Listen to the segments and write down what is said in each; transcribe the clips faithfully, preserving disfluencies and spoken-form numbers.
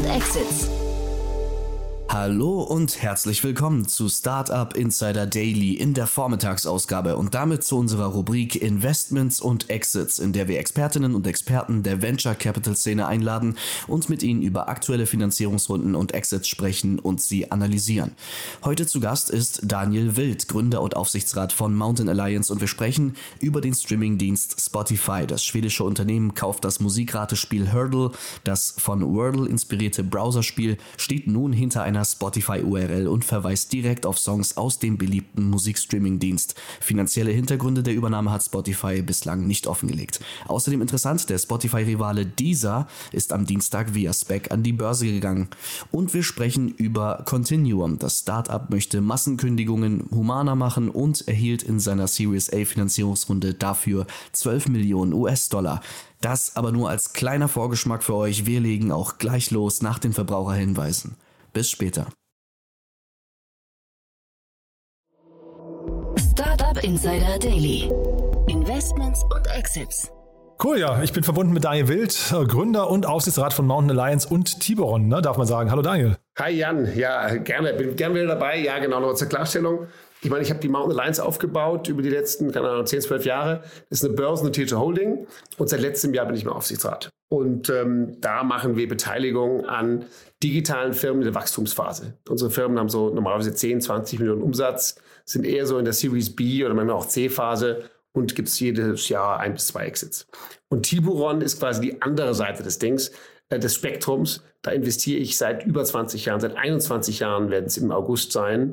Exits. Hallo und herzlich willkommen zu Startup Insider Daily in der Vormittagsausgabe und damit zu unserer Rubrik Investments und Exits, in der wir Expertinnen und Experten der Venture Capital Szene einladen und mit ihnen über aktuelle Finanzierungsrunden und Exits sprechen und sie analysieren. Heute zu Gast ist Daniel Wild, Gründer und Aufsichtsrat von Mountain Alliance, und wir sprechen über den Streamingdienst Spotify. Das schwedische Unternehmen kauft das Musikratespiel Heardle. Das von Wordle inspirierte Browserspiel steht nun hinter einer Spotify-U R L und verweist direkt auf Songs aus dem beliebten Musikstreaming-Dienst. Finanzielle Hintergründe der Übernahme hat Spotify bislang nicht offengelegt. Außerdem interessant, der Spotify-Rivale Deezer ist am Dienstag via SPAC an die Börse gegangen. Und wir sprechen über Continuum. Das Startup möchte Massenkündigungen humaner machen und erhielt in seiner Series A Finanzierungsrunde dafür zwölf Millionen U S-Dollar. Das aber nur als kleiner Vorgeschmack für euch. Wir legen auch gleich los nach den Verbraucherhinweisen. Bis später. Startup Insider Daily. Investments und Exits. Cool, ja. Ich bin verbunden mit Daniel Wild, Gründer und Aufsichtsrat von Mountain Alliance und Tiburon, ne, darf man sagen. Hallo Daniel. Hi Jan, ja, gerne. Bin gerne wieder dabei. Ja, genau, noch zur Klarstellung. Ich meine, ich habe die Mountain Alliance aufgebaut über die letzten, keine Ahnung, zehn, zwölf Jahre. Das ist eine börsennotierte Holding und seit letztem Jahr bin ich im Aufsichtsrat. Und ähm, da machen wir Beteiligung an digitalen Firmen in der Wachstumsphase. Unsere Firmen haben so normalerweise zehn, zwanzig Millionen Umsatz, sind eher so in der Series B oder manchmal auch C-Phase und gibt es jedes Jahr ein bis zwei Exits. Und Tiburon ist quasi die andere Seite des Dings, äh, des Spektrums. Da investiere ich seit über zwanzig Jahren, seit einundzwanzig Jahren werden es im August sein,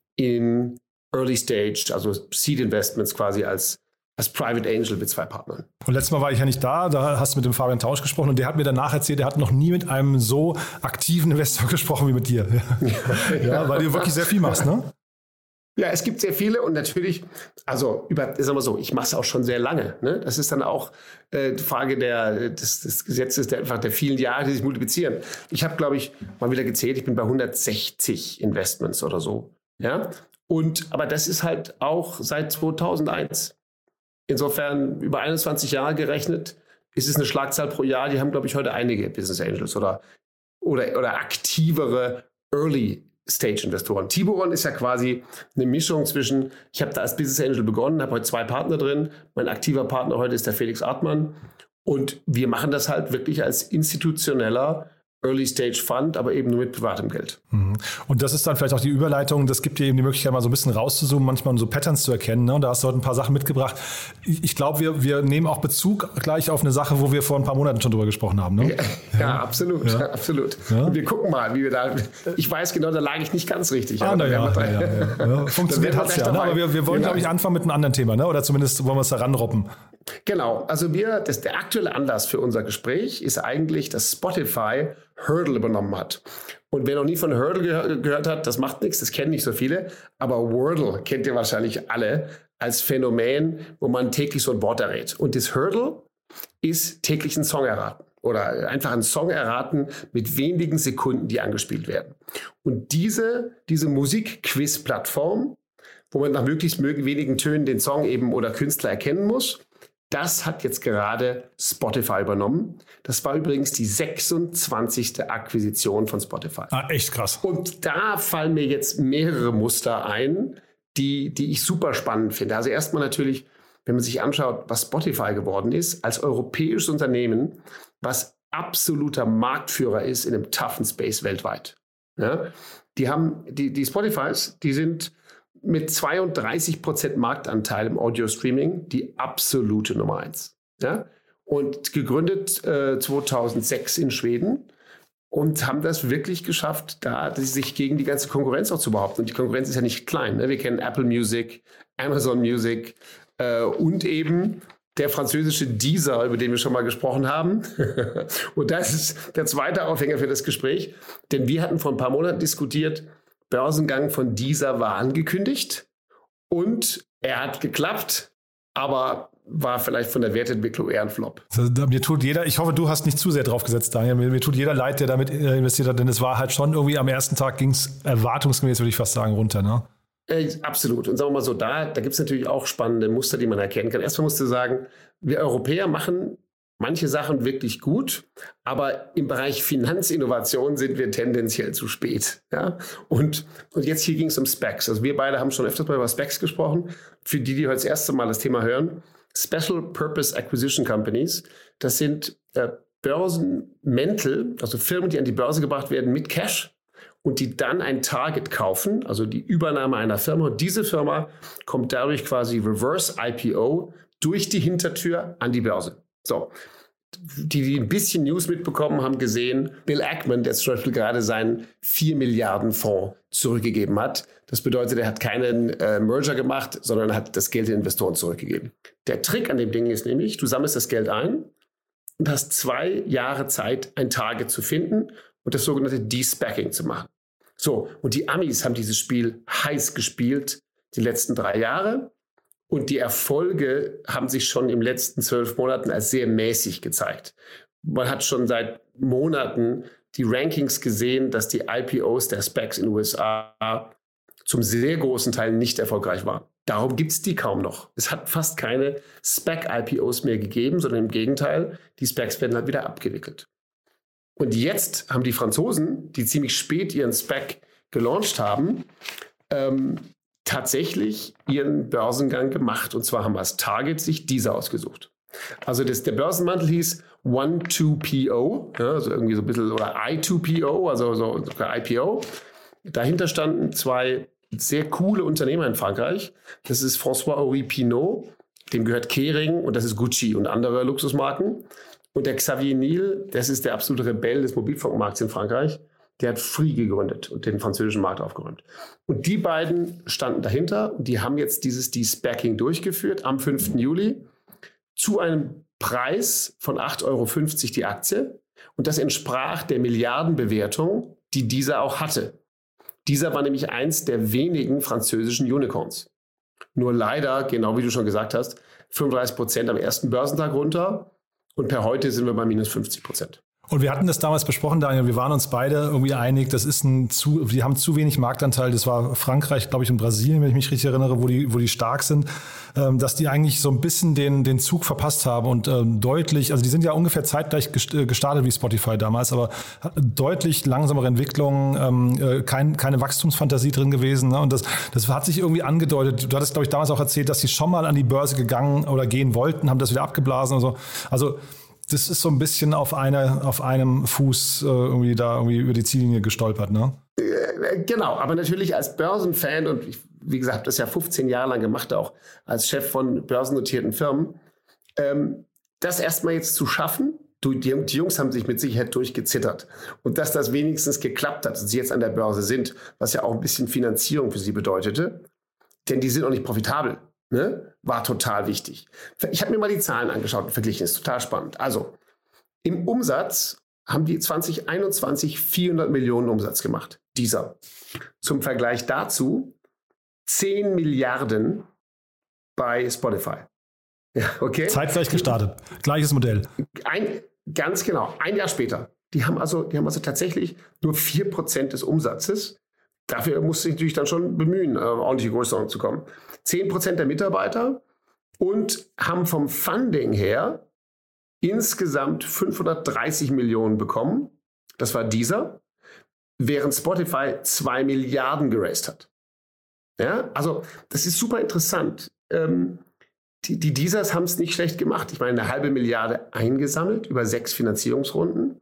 in Early Stage, also Seed Investments quasi als, als Private Angel mit zwei Partnern. Und letztes Mal war ich ja nicht da, da hast du mit dem Fabian Tausch gesprochen und der hat mir danach erzählt, er hat noch nie mit einem so aktiven Investor gesprochen wie mit dir. Ja, ja, weil du wirklich sehr viel machst, ne? Ja, es gibt sehr viele und natürlich, also über, sagen wir so, ich mache es auch schon sehr lange. Ne? Das ist dann auch äh, die Frage der, des, des Gesetzes, der, einfach der vielen Jahre, die sich multiplizieren. Ich habe, glaube ich, mal wieder gezählt, ich bin bei hundertsechzig Investments oder so. Ja. Und, aber das ist halt auch seit zweitausendeins. Insofern über einundzwanzig Jahre gerechnet, ist es eine Schlagzahl pro Jahr. Die haben, glaube ich, heute einige Business Angels oder, oder, oder aktivere Early-Stage-Investoren. Tiburon ist ja quasi eine Mischung zwischen, ich habe da als Business Angel begonnen, habe heute zwei Partner drin. Mein aktiver Partner heute ist der Felix Artmann. Und wir machen das halt wirklich als institutioneller Early-Stage-Fund, aber eben nur mit privatem Geld. Und das ist dann vielleicht auch die Überleitung, das gibt dir eben die Möglichkeit, mal so ein bisschen rauszuzoomen, manchmal so Patterns zu erkennen. Ne? Und da hast du heute ein paar Sachen mitgebracht. Ich glaube, wir, wir nehmen auch Bezug gleich auf eine Sache, wo wir vor ein paar Monaten schon drüber gesprochen haben. Ne? Ja, ja, ja, absolut. Ja. absolut. Ja. Und wir gucken mal, wie wir da, ich weiß genau, da lag ich nicht ganz richtig. Ah, na ja, ja, ja, ja. Funktioniert hat es ja, ne? Aber wir, wir wollen, genau. glaube ich, anfangen mit einem anderen Thema, ne? Oder zumindest wollen wir es da ranroppen. Genau, also wir, das, der aktuelle Anlass für unser Gespräch ist eigentlich, dass Spotify Heardle übernommen hat. Und wer noch nie von Heardle gehör, gehört hat, das macht nichts, das kennen nicht so viele, aber Wordle kennt ihr wahrscheinlich alle als Phänomen, wo man täglich so ein Wort errät. Und das Heardle ist täglich ein Song erraten oder einfach ein Song erraten mit wenigen Sekunden, die angespielt werden. Und diese, diese Musik-Quiz-Plattform, wo man nach möglichst wenigen Tönen den Song eben oder Künstler erkennen muss, das hat jetzt gerade Spotify übernommen. Das war übrigens die sechsundzwanzigste Akquisition von Spotify. Ah, echt krass. Und da fallen mir jetzt mehrere Muster ein, die, die ich super spannend finde. Also erstmal natürlich, wenn man sich anschaut, was Spotify geworden ist, als europäisches Unternehmen, was absoluter Marktführer ist in einem toughen Space weltweit. Ja? Die haben, die, die Spotifys, die sind mit zweiunddreißig Prozent Marktanteil im Audio-Streaming die absolute Nummer eins. Ja? Und gegründet äh, zweitausendsechs in Schweden und haben das wirklich geschafft, da sich gegen die ganze Konkurrenz auch zu behaupten. Und die Konkurrenz ist ja nicht klein. Ne? Wir kennen Apple Music, Amazon Music äh, und eben der französische Deezer, über den wir schon mal gesprochen haben. Und das ist der zweite Aufhänger für das Gespräch. Denn wir hatten vor ein paar Monaten diskutiert, Börsengang von Deezer war angekündigt und er hat geklappt, aber war vielleicht von der Wertentwicklung eher ein Flop. Also, mir tut jeder, ich hoffe, du hast nicht zu sehr drauf gesetzt, Daniel. Mir, mir tut jeder leid, der damit investiert hat, denn es war halt schon irgendwie am ersten Tag ging es erwartungsgemäß, würde ich fast sagen, runter, ne? Äh, absolut. Und sagen wir mal so, da, da gibt es natürlich auch spannende Muster, die man erkennen kann. Erstmal musst du sagen, wir Europäer machen manche Sachen wirklich gut, aber im Bereich Finanzinnovation sind wir tendenziell zu spät. Ja? Und, und jetzt hier ging es um Specs. Also wir beide haben schon öfters mal über Specs gesprochen. Für die, die heute das erste Mal das Thema hören, Special Purpose Acquisition Companies, das sind äh, Börsenmäntel, also Firmen, die an die Börse gebracht werden mit Cash und die dann ein Target kaufen, also die Übernahme einer Firma. Und diese Firma kommt dadurch quasi Reverse I P O durch die Hintertür an die Börse. So, die, die ein bisschen News mitbekommen haben, gesehen, Bill Ackman, der zum Beispiel gerade seinen vier Milliarden Fonds zurückgegeben hat. Das bedeutet, er hat keinen äh, Merger gemacht, sondern hat das Geld den Investoren zurückgegeben. Der Trick an dem Ding ist nämlich, du sammelst das Geld ein und hast zwei Jahre Zeit, ein Target zu finden und das sogenannte De-Spacking zu machen. So, und die Amis haben dieses Spiel heiß gespielt die letzten drei Jahre und die Erfolge haben sich schon im letzten zwölf Monaten als sehr mäßig gezeigt. Man hat schon seit Monaten die Rankings gesehen, dass die I P Os der Specs in den U S A zum sehr großen Teil nicht erfolgreich waren. Darum gibt es die kaum noch. Es hat fast keine Spec-I P Os mehr gegeben, sondern im Gegenteil, die Specs werden halt wieder abgewickelt. Und jetzt haben die Franzosen, die ziemlich spät ihren Spec gelauncht haben, ähm, tatsächlich ihren Börsengang gemacht. Und zwar haben als Target sich diese ausgesucht. Also das, der Börsenmantel hieß one two P O, ja, also irgendwie so ein bisschen, oder I two P O, also so I P O. Dahinter standen zwei sehr coole Unternehmer in Frankreich. Das ist François-Henri Pinault, dem gehört Kering und das ist Gucci und andere Luxusmarken. Und der Xavier Niel, das ist der absolute Rebell des Mobilfunkmarkts in Frankreich, der hat Free gegründet und den französischen Markt aufgeräumt. Und die beiden standen dahinter und die haben jetzt dieses De-Spacking durchgeführt am fünften Juli zu einem Preis von acht Euro fünfzig die Aktie. Und das entsprach der Milliardenbewertung, die dieser auch hatte. Dieser war nämlich eins der wenigen französischen Unicorns. Nur leider, genau wie du schon gesagt hast, fünfunddreißig Prozent am ersten Börsentag runter. Und per heute sind wir bei minus fünfzig Prozent. Und wir hatten das damals besprochen, Daniel, wir waren uns beide irgendwie einig, das ist ein zu, wir haben zu wenig Marktanteil, das war Frankreich, glaube ich, und Brasilien, wenn ich mich richtig erinnere, wo die, wo die stark sind, ähm, dass die eigentlich so ein bisschen den, den Zug verpasst haben und ähm, deutlich, also die sind ja ungefähr zeitgleich gestartet wie Spotify damals, aber deutlich langsamere Entwicklungen, ähm, kein, keine Wachstumsfantasie drin gewesen, ne? Und das, das hat sich irgendwie angedeutet. Du hattest, glaube ich, damals auch erzählt, dass sie schon mal an die Börse gegangen oder gehen wollten, haben das wieder abgeblasen und so. Also das ist so ein bisschen auf, eine, auf einem Fuß äh, irgendwie da irgendwie über die Ziellinie gestolpert, ne? Genau, aber natürlich als Börsenfan und ich, wie gesagt, das ja fünfzehn Jahre lang gemacht, auch als Chef von börsennotierten Firmen, ähm, das erstmal jetzt zu schaffen, die, die Jungs haben sich mit Sicherheit durchgezittert. Und dass das wenigstens geklappt hat, dass sie jetzt an der Börse sind, was ja auch ein bisschen Finanzierung für sie bedeutete, denn die sind auch nicht profitabel. Ne, war total wichtig. Ich habe mir mal die Zahlen angeschaut und verglichen, ist total spannend. Also im Umsatz haben die zwanzig einundzwanzig vierhundert Millionen Umsatz gemacht. Dieser. Zum Vergleich dazu zehn Milliarden bei Spotify. Ja, okay. Zeitgleich gestartet. Gleiches Modell. Ein, ganz genau. Ein Jahr später. Die haben also, die haben also tatsächlich nur vier Prozent des Umsatzes. Dafür musste ich natürlich dann schon bemühen, äh, ordentliche Größenordnung zu kommen. zehn Prozent der Mitarbeiter und haben vom Funding her insgesamt fünfhundertdreißig Millionen bekommen. Das war dieser, während Spotify zwei Milliarden geraced hat. Ja, also das ist super interessant. Ähm, die, die Deezers haben es nicht schlecht gemacht. Ich meine, eine halbe Milliarde eingesammelt über sechs Finanzierungsrunden.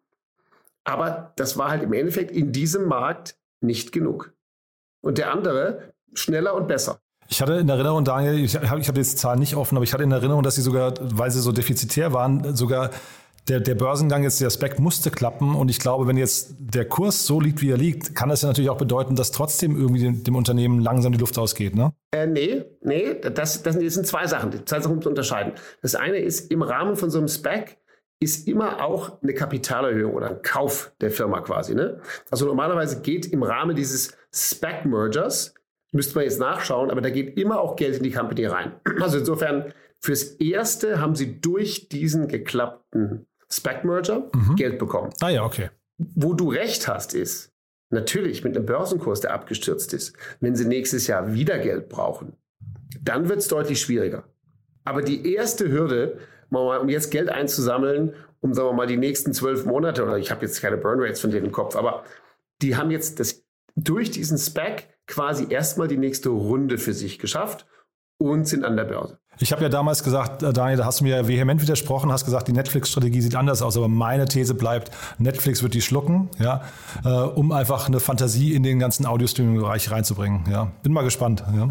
Aber das war halt im Endeffekt in diesem Markt nicht genug. Und der andere schneller und besser. Ich hatte in Erinnerung, Daniel, ich habe ich hab jetzt die Zahlen nicht offen, aber ich hatte in Erinnerung, dass sie sogar, weil sie so defizitär waren, sogar der, der Börsengang jetzt, der Spec musste klappen. Und ich glaube, wenn jetzt der Kurs so liegt, wie er liegt, kann das ja natürlich auch bedeuten, dass trotzdem irgendwie dem, dem Unternehmen langsam die Luft ausgeht, ne? Äh, nee, nee, das, das sind zwei Sachen, die zwei Sachen zu unterscheiden. Das eine ist, im Rahmen von so einem Spec ist immer auch eine Kapitalerhöhung oder ein Kauf der Firma quasi, ne? Also normalerweise geht im Rahmen dieses Spec-Mergers, müsste man jetzt nachschauen, aber da geht immer auch Geld in die Company rein. Also insofern, fürs Erste haben sie durch diesen geklappten Spec-Merger mhm. Geld bekommen. Ah ja, okay. Wo du recht hast, ist, natürlich mit einem Börsenkurs, der abgestürzt ist, wenn sie nächstes Jahr wieder Geld brauchen, dann wird es deutlich schwieriger. Aber die erste Hürde um jetzt Geld einzusammeln, um, sagen wir mal, die nächsten zwölf Monate, oder ich habe jetzt keine Burn Rates von denen im Kopf, aber die haben jetzt das durch diesen SPAC quasi erstmal die nächste Runde für sich geschafft und sind an der Börse. Ich habe ja damals gesagt, Daniel, da hast du mir vehement widersprochen, hast gesagt, die Netflix-Strategie sieht anders aus, aber meine These bleibt, Netflix wird die schlucken, ja, äh, um einfach eine Fantasie in den ganzen Audio-Streaming-Bereich reinzubringen. Ja. Bin mal gespannt. Ja.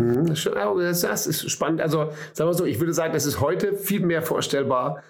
Das ist spannend. Also sagen wir so, ich würde sagen, das ist heute viel mehr vorstellbar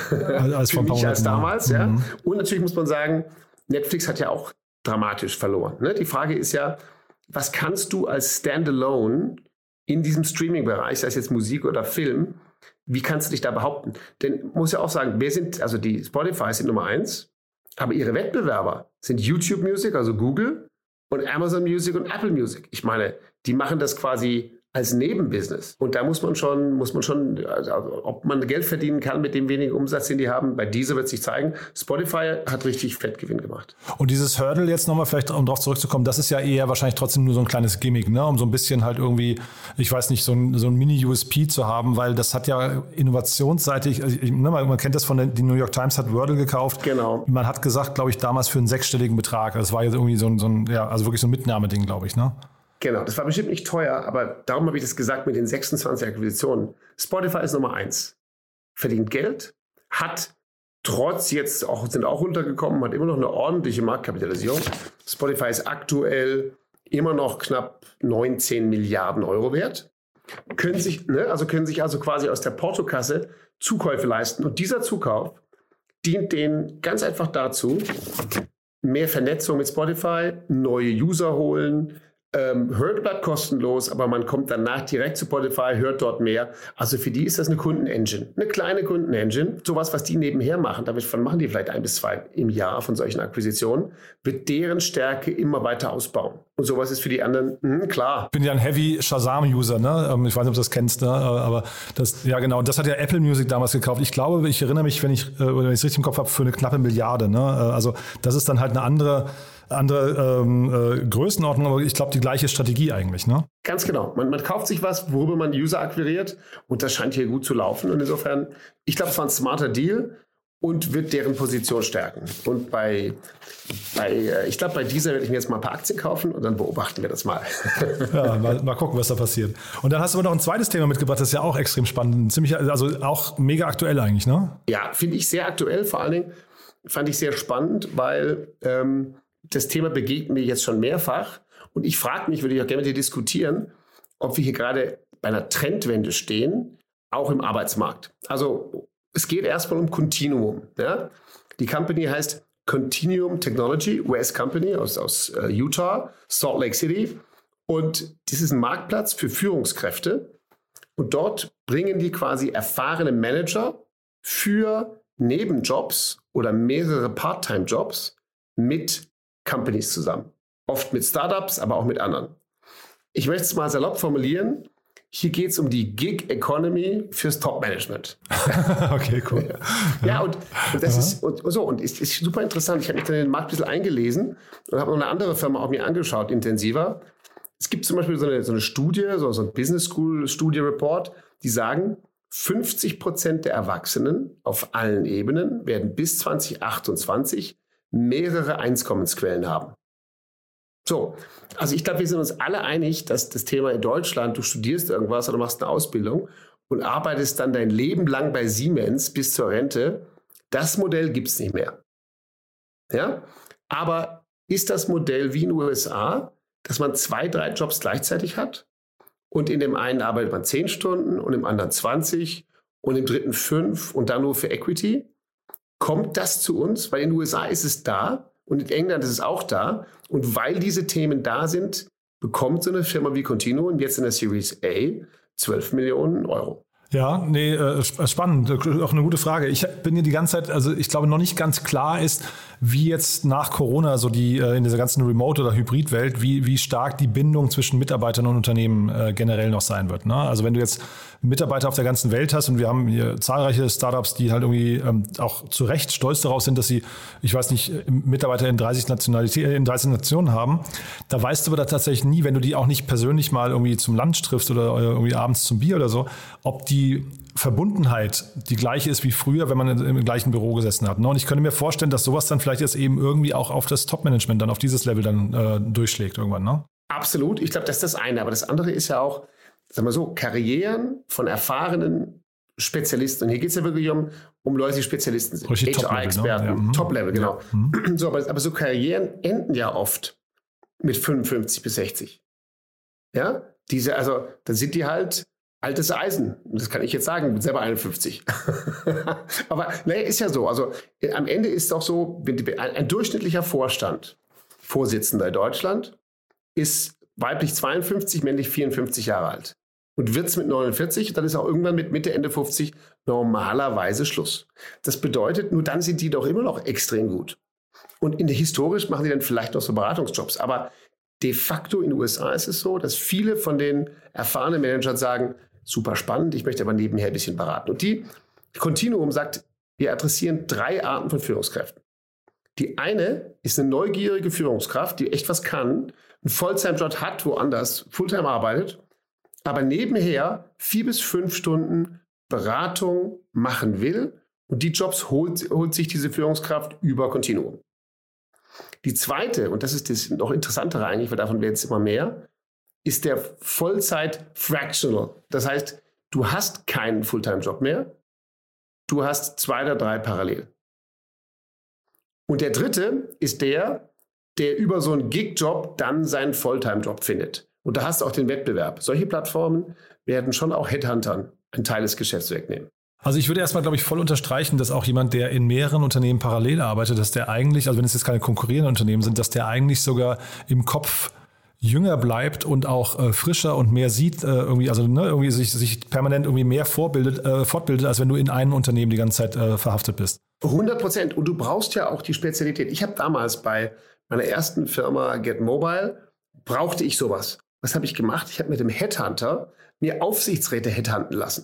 als für mich als damals. Ja. Mhm. Und natürlich muss man sagen, Netflix hat ja auch dramatisch verloren. Ne? Die Frage ist ja, was kannst du als Standalone in diesem Streaming-Bereich, sei es jetzt Musik oder Film, wie kannst du dich da behaupten? Denn muss ja auch sagen, wer sind, also die Spotify sind Nummer eins, aber ihre Wettbewerber sind YouTube Music, also Google, und Amazon Music und Apple Music. Ich meine, die machen das quasi als Nebenbusiness. Und da muss man schon, muss man schon, also ob man Geld verdienen kann mit dem wenigen Umsatz, den die haben, bei dieser wird sich zeigen. Spotify hat richtig Fettgewinn gemacht. Und dieses Hurdle jetzt nochmal vielleicht, um darauf zurückzukommen, das ist ja eher wahrscheinlich trotzdem nur so ein kleines Gimmick, ne? Um so ein bisschen halt irgendwie, ich weiß nicht, so ein, so ein Mini-U S P zu haben, weil das hat ja innovationsseitig, also ich, ne, man kennt das von der, die New York Times hat Wordle gekauft. Genau. Man hat gesagt, glaube ich, damals für einen sechsstelligen Betrag. Das war jetzt irgendwie so ein, so ein ja, also wirklich so ein Mitnahmeding, glaube ich, ne? Genau, das war bestimmt nicht teuer, aber darum habe ich das gesagt mit den sechsundzwanzig Akquisitionen. Spotify ist Nummer eins. Verdient Geld, hat trotz jetzt auch, sind auch runtergekommen, hat immer noch eine ordentliche Marktkapitalisierung. Spotify ist aktuell immer noch knapp neunzehn Milliarden Euro wert. Können sich, ne, also können sich also quasi aus der Portokasse Zukäufe leisten. Und dieser Zukauf dient denen ganz einfach dazu, mehr Vernetzung mit Spotify, neue User holen. Ähm, hört bleibt kostenlos, aber man kommt danach direkt zu Spotify, hört dort mehr. Also für die ist das eine Kundenengine, eine kleine Kundenengine. Sowas, was die nebenher machen, davon machen die vielleicht ein bis zwei im Jahr von solchen Akquisitionen, wird deren Stärke immer weiter ausbauen. Und sowas ist für die anderen, mh, klar. Ich bin ja ein Heavy Shazam-User, ne? Ich weiß nicht, ob du das kennst, ne? Aber das, ja genau, das hat ja Apple Music damals gekauft. Ich glaube, ich erinnere mich, wenn ich, oder wenn ich es richtig im Kopf habe, für eine knappe Milliarde, ne? Also das ist dann halt eine andere andere ähm, äh, Größenordnung, aber ich glaube, die gleiche Strategie eigentlich, ne? Ganz genau. Man, man kauft sich was, worüber man User akquiriert und das scheint hier gut zu laufen. Und insofern, ich glaube, es war ein smarter Deal und wird deren Position stärken. Und bei, bei ich glaube, bei dieser werde ich mir jetzt mal ein paar Aktien kaufen und dann beobachten wir das mal. Ja, mal, mal gucken, was da passiert. Und dann hast du aber noch ein zweites Thema mitgebracht, das ist ja auch extrem spannend, ziemlich, also auch mega aktuell eigentlich, ne? Ja, finde ich sehr aktuell, vor allen Dingen fand ich sehr spannend, weil ähm, das Thema begegnet mir jetzt schon mehrfach und ich frage mich, würde ich auch gerne mit dir diskutieren, ob wir hier gerade bei einer Trendwende stehen, auch im Arbeitsmarkt. Also es geht erstmal um Continuum. Ja? Die Company heißt Continuum Technology, U S-Company aus, aus uh, Utah, Salt Lake City, und das ist ein Marktplatz für Führungskräfte und dort bringen die quasi erfahrene Manager für Nebenjobs oder mehrere Part-Time-Jobs mit Companies zusammen. Oft mit Startups, aber auch mit anderen. Ich möchte es mal salopp formulieren. Hier geht es um die Gig Economy fürs Top-Management. Okay, cool. Ja, ja und, und das ist und, so und ist, ist super interessant. Ich habe mich dann in den Markt ein bisschen eingelesen und habe noch eine andere Firma auch mir angeschaut, intensiver. Es gibt zum Beispiel so eine, so eine Studie, so, so ein Business School Studie Report, die sagen, fünfzig Prozent der Erwachsenen auf allen Ebenen werden bis zwanzig achtundzwanzig mehrere Einkommensquellen haben. So, also ich glaube, wir sind uns alle einig, dass das Thema in Deutschland, du studierst irgendwas oder machst eine Ausbildung und arbeitest dann dein Leben lang bei Siemens bis zur Rente, das Modell gibt es nicht mehr. Ja? Aber ist das Modell wie in den U S A, dass man zwei, drei Jobs gleichzeitig hat und in dem einen arbeitet man zehn Stunden und im anderen zwanzig und im dritten fünf und dann nur für Equity? Kommt das zu uns? Weil in den U S A ist es da und in England ist es auch da. Und weil diese Themen da sind, bekommt so eine Firma wie Continuum jetzt in der Series A zwölf Millionen Euro. Ja, nee, äh, spannend, auch eine gute Frage. Ich bin hier die ganze Zeit, also ich glaube noch nicht ganz klar ist, wie jetzt nach Corona so die äh, in dieser ganzen Remote- oder Hybrid-Welt, wie, wie stark die Bindung zwischen Mitarbeitern und Unternehmen äh, generell noch sein wird. Ne? Also wenn du jetzt Mitarbeiter auf der ganzen Welt hast und wir haben hier zahlreiche Startups, die halt irgendwie ähm, auch zu Recht stolz darauf sind, dass sie, ich weiß nicht, Mitarbeiter in dreißig Nationalitäten, in dreißig Nationen haben, da weißt du aber da tatsächlich nie, wenn du die auch nicht persönlich mal irgendwie zum Lunch triffst oder irgendwie abends zum Bier oder so, ob die die Verbundenheit die gleiche ist wie früher, wenn man im gleichen Büro gesessen hat. Und ich könnte mir vorstellen, dass sowas dann vielleicht jetzt eben irgendwie auch auf das Top-Management, dann auf dieses Level dann äh, durchschlägt irgendwann, ne? Absolut. Ich glaube, das ist das eine. Aber das andere ist ja auch, sagen wir so, Karrieren von erfahrenen Spezialisten. Und hier geht es ja wirklich um, um Leute, die Spezialisten sind. H R-Experten, ne? Ja. Top-Level, genau. Ja. Mhm. So, aber, aber so Karrieren enden ja oft mit fünfundfünfzig bis sechzig. Ja, diese, also dann sind die halt altes Eisen. Das kann ich jetzt sagen, bin selber einundfünfzig. Aber naja, ist ja so. Also am Ende ist es doch so, ein, ein durchschnittlicher Vorstand, Vorsitzender in Deutschland, ist weiblich zweiundfünfzig, männlich vierundfünfzig Jahre alt. Und wird es mit neunundvierzig, dann ist auch irgendwann mit Mitte, Ende fünfzig normalerweise Schluss. Das bedeutet, nur dann sind die doch immer noch extrem gut. Und in der historisch machen die dann vielleicht noch so Beratungsjobs. Aber de facto in den U S A ist es so, dass viele von den erfahrenen Managern sagen, super spannend, ich möchte aber nebenher ein bisschen beraten. Und die Continuum sagt, wir adressieren drei Arten von Führungskräften. Die eine ist eine neugierige Führungskraft, die echt was kann, einen Volltime-Job hat, woanders Fulltime arbeitet, aber nebenher vier bis fünf Stunden Beratung machen will. Und die Jobs holt, holt sich diese Führungskraft über Continuum. Die zweite, und das ist das noch interessantere eigentlich, weil davon wird es immer mehr, ist der Vollzeit-Fractional. Das heißt, du hast keinen Fulltime-Job mehr, du hast zwei oder drei parallel. Und der dritte ist der, der über so einen Gig-Job dann seinen Fulltime-Job findet. Und da hast du auch den Wettbewerb. Solche Plattformen werden schon auch Headhuntern einen Teil des Geschäfts wegnehmen. Also ich würde erstmal, glaube ich, voll unterstreichen, dass auch jemand, der in mehreren Unternehmen parallel arbeitet, dass der eigentlich, also wenn es jetzt keine konkurrierenden Unternehmen sind, dass der eigentlich sogar im Kopf jünger bleibt und auch äh, frischer und mehr sieht, äh, irgendwie, also ne, irgendwie sich, sich permanent irgendwie mehr vorbildet, äh, fortbildet, als wenn du in einem Unternehmen die ganze Zeit äh, verhaftet bist. hundert Prozent. Und du brauchst ja auch die Spezialität. Ich habe damals bei meiner ersten Firma Get Mobile, brauchte ich sowas. Was habe ich gemacht? Ich habe mit dem Headhunter mir Aufsichtsräte headhunten lassen.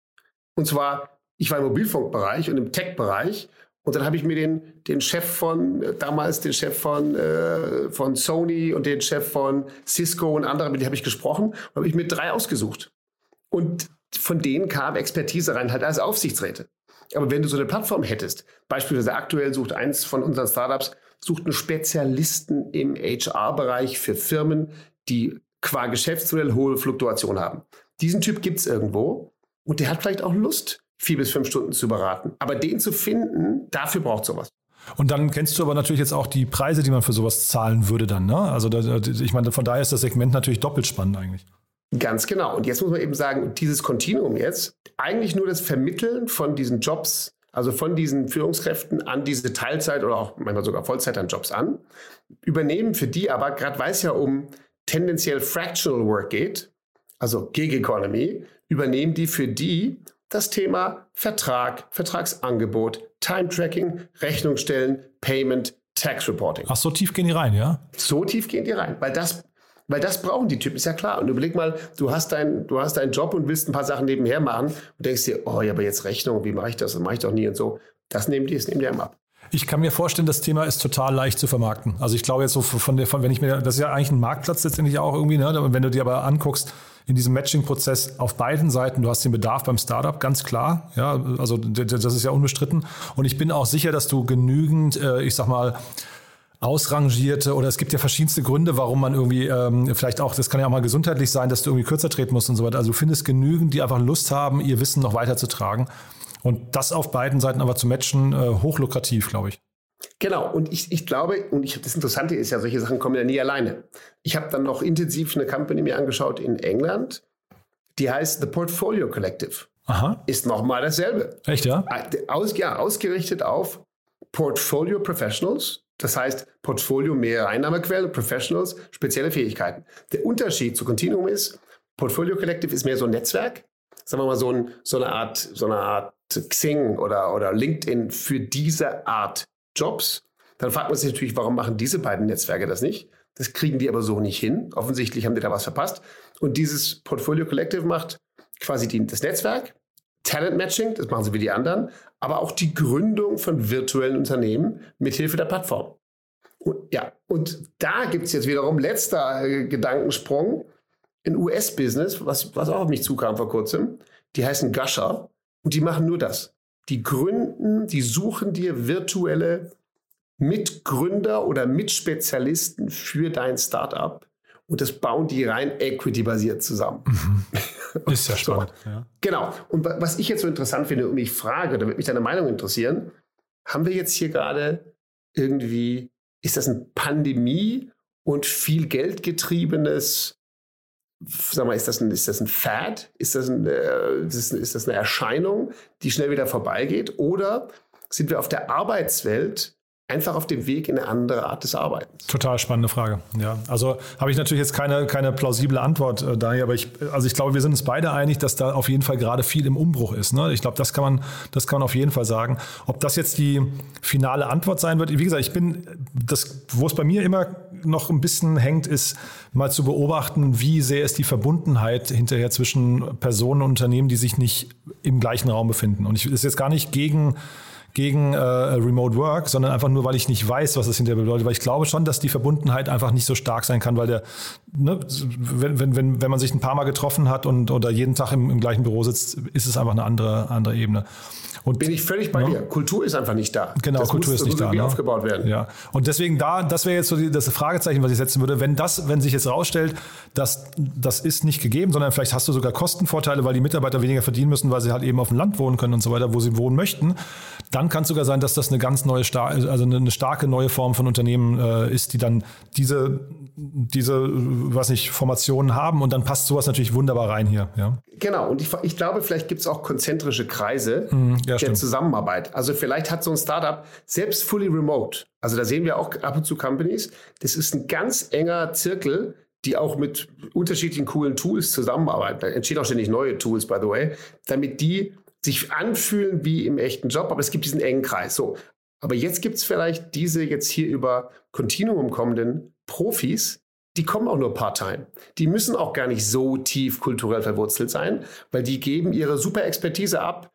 Und zwar, ich war im Mobilfunkbereich und im Tech-Bereich. Und dann habe ich mir den, den Chef von, damals den Chef von, äh, von Sony und den Chef von Cisco und andere, mit denen habe ich gesprochen. Und habe ich mir drei ausgesucht. Und von denen kam Expertise rein, halt als Aufsichtsräte. Aber wenn du so eine Plattform hättest, beispielsweise aktuell sucht eins von unseren Startups, sucht einen Spezialisten im H R-Bereich für Firmen, die qua Geschäftsmodell hohe Fluktuation haben. Diesen Typ gibt es irgendwo. Und der hat vielleicht auch Lust, vier bis fünf Stunden zu beraten. Aber den zu finden, dafür braucht sowas. Und dann kennst du aber natürlich jetzt auch die Preise, die man für sowas zahlen würde dann, ne? Also da, ich meine, von daher ist das Segment natürlich doppelt spannend eigentlich. Ganz genau. Und jetzt muss man eben sagen, dieses Continuum jetzt, eigentlich nur das Vermitteln von diesen Jobs, also von diesen Führungskräften an diese Teilzeit oder auch manchmal sogar Vollzeit an Jobs an, übernehmen für die aber, gerade weil es ja um tendenziell Fractional Work geht, also Gig Economy, übernehmen die für die das Thema Vertrag, Vertragsangebot, Time-Tracking, Rechnungsstellen, Payment, Tax Reporting. Ach, so tief gehen die rein, ja? So tief gehen die rein, weil das, weil das brauchen die Typen, ist ja klar. Und überleg mal, du hast, dein, du hast deinen Job und willst ein paar Sachen nebenher machen und denkst dir, oh ja, aber jetzt Rechnung, wie mache ich das? Das mache ich doch nie und so. Das nehmen die, das nehmen die einem ab. Ich kann mir vorstellen, das Thema ist total leicht zu vermarkten. Also ich glaube jetzt so von der, von, wenn ich mir, das ist ja eigentlich ein Marktplatz letztendlich auch irgendwie, ne? Wenn du dir aber anguckst, in diesem Matching-Prozess auf beiden Seiten, du hast den Bedarf beim Startup, ganz klar, ja, also das ist ja unbestritten. Und ich bin auch sicher, dass du genügend, äh, ich sag mal, ausrangierte oder es gibt ja verschiedenste Gründe, warum man irgendwie ähm, vielleicht auch, das kann ja auch mal gesundheitlich sein, dass du irgendwie kürzer treten musst und so weiter. Also du findest genügend, die einfach Lust haben, ihr Wissen noch weiterzutragen. Und das auf beiden Seiten aber zu matchen, äh, hochlukrativ, glaube ich. Genau, und ich, ich glaube, und ich, das Interessante ist ja, solche Sachen kommen ja nie alleine. Ich habe dann noch intensiv eine Company mir angeschaut in England, die heißt The Portfolio Collective. Aha. Ist nochmal dasselbe. Echt, ja? Aus, ja, ausgerichtet auf Portfolio Professionals, das heißt Portfolio mehrere Einnahmequellen, Professionals, spezielle Fähigkeiten. Der Unterschied zu Continuum ist, Portfolio Collective ist mehr so ein Netzwerk, sagen wir mal so, ein, so eine Art, so eine Art Xing oder, oder LinkedIn für diese Art Jobs. Dann fragt man sich natürlich, warum machen diese beiden Netzwerke das nicht? Das kriegen die aber so nicht hin. Offensichtlich haben die da was verpasst. Und dieses Portfolio Collective macht quasi die, das Netzwerk, Talent Matching, das machen sie wie die anderen, aber auch die Gründung von virtuellen Unternehmen mithilfe der Plattform. Und, ja, und da gibt es jetzt wiederum, letzter äh, Gedankensprung, ein U S-Business, was, was auch auf mich zukam vor kurzem, die heißen Gusher und die machen nur das. Die gründen, die suchen dir virtuelle Mitgründer oder Mitspezialisten für dein Startup und das bauen die rein equity-basiert zusammen. Mhm. Ist ja spannend. So, ja. Genau. Und was ich jetzt so interessant finde und mich frage, da würde mich deine Meinung interessieren, haben wir jetzt hier gerade irgendwie, ist das eine Pandemie und viel Geld getriebenes, sag mal, ist das ein, ist das ein Fad? Ist das, ein, äh, ist, ist das eine Erscheinung, die schnell wieder vorbeigeht? Oder sind wir auf der Arbeitswelt einfach auf dem Weg in eine andere Art des Arbeitens? Total spannende Frage. Ja, also habe ich natürlich jetzt keine, keine plausible Antwort äh, daher, aber ich, also ich glaube, wir sind uns beide einig, dass da auf jeden Fall gerade viel im Umbruch ist. Ne? Ich glaube, das kann man, das kann man auf jeden Fall sagen. Ob das jetzt die finale Antwort sein wird, wie gesagt, ich bin, das, wo es bei mir immer noch ein bisschen hängt, ist mal zu beobachten, wie sehr ist die Verbundenheit hinterher zwischen Personen und Unternehmen, die sich nicht im gleichen Raum befinden. Und ich ist jetzt gar nicht gegen gegen äh, Remote Work, sondern einfach nur, weil ich nicht weiß, was das hinterher bedeutet. Weil ich glaube schon, dass die Verbundenheit einfach nicht so stark sein kann, weil der, ne, wenn, wenn, wenn, wenn man sich ein paar Mal getroffen hat und oder jeden Tag im, im gleichen Büro sitzt, ist es einfach eine andere, andere Ebene. Und, bin ich völlig bei ne? dir. Kultur ist einfach nicht da. Genau, das Kultur muss, ist nicht muss da. irgendwie Ne? aufgebaut werden. Ja. Und deswegen da, das wäre jetzt so die, das Fragezeichen, was ich setzen würde. Wenn das, wenn sich jetzt rausstellt, dass das ist nicht gegeben, sondern vielleicht hast du sogar Kostenvorteile, weil die Mitarbeiter weniger verdienen müssen, weil sie halt eben auf dem Land wohnen können und so weiter, wo sie wohnen möchten, dann kann es sogar sein, dass das eine ganz neue, also eine starke neue Form von Unternehmen äh, ist, die dann diese, diese, was nicht, Formationen haben und dann passt sowas natürlich wunderbar rein hier. Ja. Genau, und ich, ich glaube, vielleicht gibt es auch konzentrische Kreise mm, ja, der stimmt. Zusammenarbeit. Also vielleicht hat so ein Startup selbst fully remote, also da sehen wir auch ab und zu Companies, das ist ein ganz enger Zirkel, die auch mit unterschiedlichen coolen Tools zusammenarbeiten. Da entstehen auch ständig neue Tools, by the way, damit die sich anfühlen wie im echten Job, aber es gibt diesen engen Kreis. So, aber jetzt gibt es vielleicht diese jetzt hier über Continuum kommenden Profis, die kommen auch nur part-time. Die müssen auch gar nicht so tief kulturell verwurzelt sein, weil die geben ihre super Expertise ab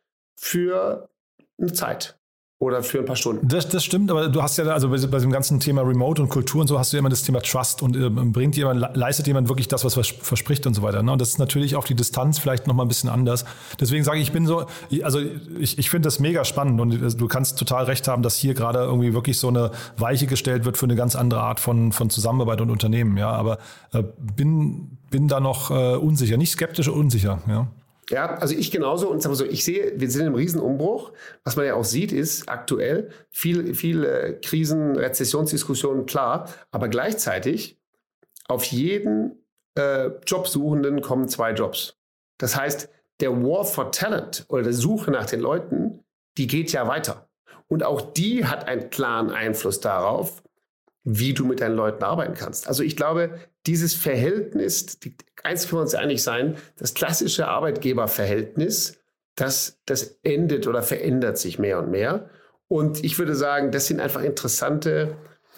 für eine Zeit oder für ein paar Stunden. Das, das stimmt, aber du hast ja, also bei, bei dem ganzen Thema Remote und Kultur und so, hast du ja immer das Thema Trust und äh, bringt jemand, leistet jemand wirklich das, was verspricht und so weiter. Ne? Und das ist natürlich auf die Distanz vielleicht nochmal ein bisschen anders. Deswegen sage ich, ich bin so, also ich, ich finde das mega spannend und du kannst total recht haben, dass hier gerade irgendwie wirklich so eine Weiche gestellt wird für eine ganz andere Art von, von Zusammenarbeit und Unternehmen. Ja, aber äh, bin, bin da noch äh, unsicher, nicht skeptisch, unsicher. Ja. Ja, also ich genauso und sag so, ich sehe, wir sind im Riesenumbruch. Was man ja auch sieht, ist aktuell viel, viel äh, Krisen, Rezessionsdiskussionen, klar, aber gleichzeitig auf jeden äh, Jobsuchenden kommen zwei Jobs. Das heißt, der War for Talent oder der Suche nach den Leuten, die geht ja weiter. Und auch die hat einen klaren Einfluss darauf, wie du mit deinen Leuten arbeiten kannst. Also ich glaube, dieses Verhältnis, die, eins können wir uns einig sein, das klassische Arbeitgeberverhältnis, das, das endet oder verändert sich mehr und mehr. Und ich würde sagen, das sind einfach interessante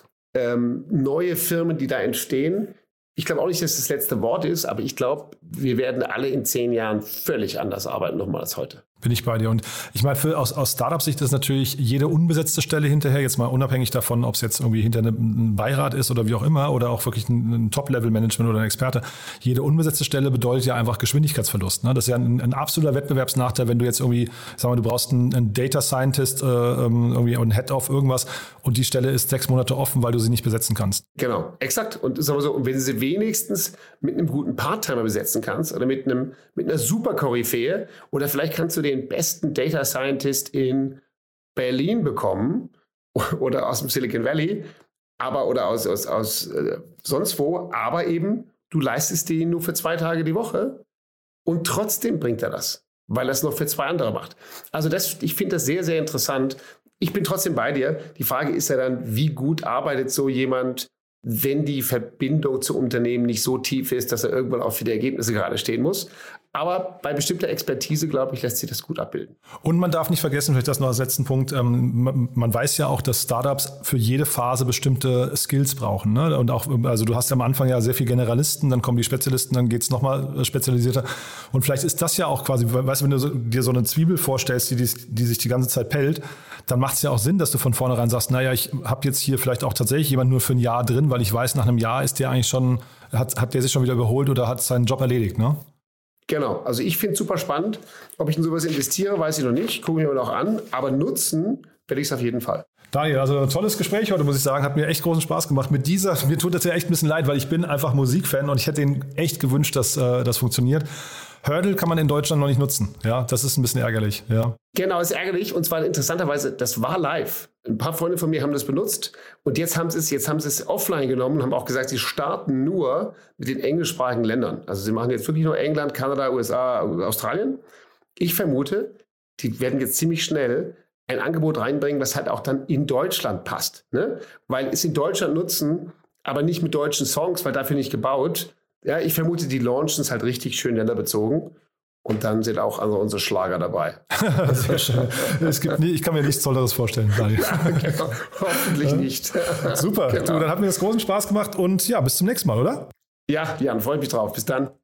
ähm, neue Firmen, die da entstehen. Ich glaube auch nicht, dass das, das letzte Wort ist, aber ich glaube, wir werden alle in zehn Jahren völlig anders arbeiten nochmal als heute. Bin ich bei dir. Und ich meine, für, aus, aus Startup-Sicht ist natürlich jede unbesetzte Stelle hinterher, jetzt mal unabhängig davon, ob es jetzt irgendwie hinter einem Beirat ist oder wie auch immer, oder auch wirklich ein, ein Top-Level-Management oder ein Experte, jede unbesetzte Stelle bedeutet ja einfach Geschwindigkeitsverlust. Ne? Das ist ja ein, ein absoluter Wettbewerbsnachteil, wenn du jetzt irgendwie, sag mal, du brauchst einen, einen Data Scientist, äh, irgendwie einen Head-Off irgendwas und die Stelle ist sechs Monate offen, weil du sie nicht besetzen kannst. Genau, exakt. Und, sagen wir so, und wenn du sie wenigstens mit einem guten Part-Timer besetzen kannst oder mit, einem, mit einer Super-Koryphäe oder vielleicht kannst du den besten Data Scientist in Berlin bekommen oder aus dem Silicon Valley, aber oder aus, aus, aus äh, sonst wo, aber eben du leistest den nur für zwei Tage die Woche und trotzdem bringt er das, weil er es noch für zwei andere macht. Also das, ich finde das sehr, sehr interessant. Ich bin trotzdem bei dir. Die Frage ist ja dann, wie gut arbeitet so jemand, wenn die Verbindung zum Unternehmen nicht so tief ist, dass er irgendwann auch für die Ergebnisse gerade stehen muss. Aber bei bestimmter Expertise, glaube ich, lässt sich das gut abbilden. Und man darf nicht vergessen, vielleicht das noch als letzten Punkt, ähm, man, man weiß ja auch, dass Startups für jede Phase bestimmte Skills brauchen. Ne? Und auch, also du hast ja am Anfang ja sehr viel Generalisten, dann kommen die Spezialisten, dann geht es nochmal spezialisierter. Und vielleicht ist das ja auch quasi, weißt du, wenn du so, dir so eine Zwiebel vorstellst, die, die, die sich die ganze Zeit pellt, dann macht es ja auch Sinn, dass du von vornherein sagst, naja, ich habe jetzt hier vielleicht auch tatsächlich jemanden nur für ein Jahr drin, weil ich weiß, nach einem Jahr ist der eigentlich schon, hat, hat der sich schon wieder überholt oder hat seinen Job erledigt, ne? Genau, also ich finde es super spannend. Ob ich in sowas investiere, weiß ich noch nicht, gucke ich mir noch an, aber nutzen werde ich es auf jeden Fall. Daniel, also ein tolles Gespräch heute, muss ich sagen. Hat mir echt großen Spaß gemacht. Mit dieser, mir tut das ja echt ein bisschen leid, weil ich bin einfach Musikfan und ich hätte Ihnen echt gewünscht, dass äh, das funktioniert. Hurdle kann man in Deutschland noch nicht nutzen. Ja, das ist ein bisschen ärgerlich. Ja. Genau, ist ärgerlich. Und zwar interessanterweise, das war live. Ein paar Freunde von mir haben das benutzt und jetzt haben sie es, jetzt haben sie es offline genommen und haben auch gesagt, sie starten nur mit den englischsprachigen Ländern. Also sie machen jetzt wirklich nur England, Kanada, U S A, Australien. Ich vermute, die werden jetzt ziemlich schnell ein Angebot reinbringen, was halt auch dann in Deutschland passt. Ne? Weil es in Deutschland nutzen, aber nicht mit deutschen Songs, weil dafür nicht gebaut. Ja, ich vermute, die launchen es halt richtig schön länderbezogen. Und dann sind auch also unsere Schlager dabei. Sehr schön. Es gibt nie, ich kann mir nichts Tolleres vorstellen, Daniel. Ja, genau. Hoffentlich ja. nicht. Super. Genau. Du, dann hat mir das großen Spaß gemacht und ja, bis zum nächsten Mal, oder? Ja, Jan, freue mich drauf. Bis dann.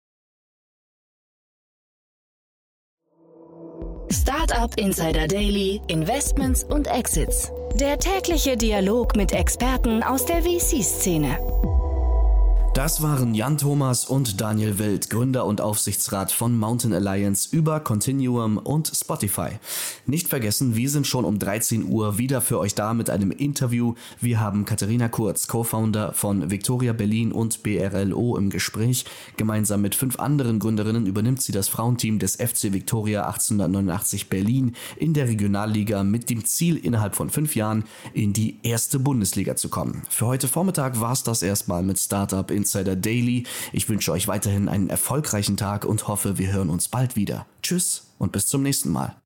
Startup Insider Daily, Investments und Exits. Der tägliche Dialog mit Experten aus der V C-Szene. Das waren Jan Thomas und Daniel Wild, Gründer und Aufsichtsrat von Mountain Alliance über Continuum und Spotify. Nicht vergessen, wir sind schon um dreizehn Uhr wieder für euch da mit einem Interview. Wir haben Katharina Kurz, Co-Founder von Victoria Berlin und B R L O im Gespräch. Gemeinsam mit fünf anderen Gründerinnen übernimmt sie das Frauenteam des F C Victoria achtzehnhundertneunundachtzig Berlin in der Regionalliga mit dem Ziel, innerhalb von fünf Jahren in die erste Bundesliga zu kommen. Für heute Vormittag war es das erstmal mit Startup Insider Daily. Ich wünsche euch weiterhin einen erfolgreichen Tag und hoffe, wir hören uns bald wieder. Tschüss und bis zum nächsten Mal.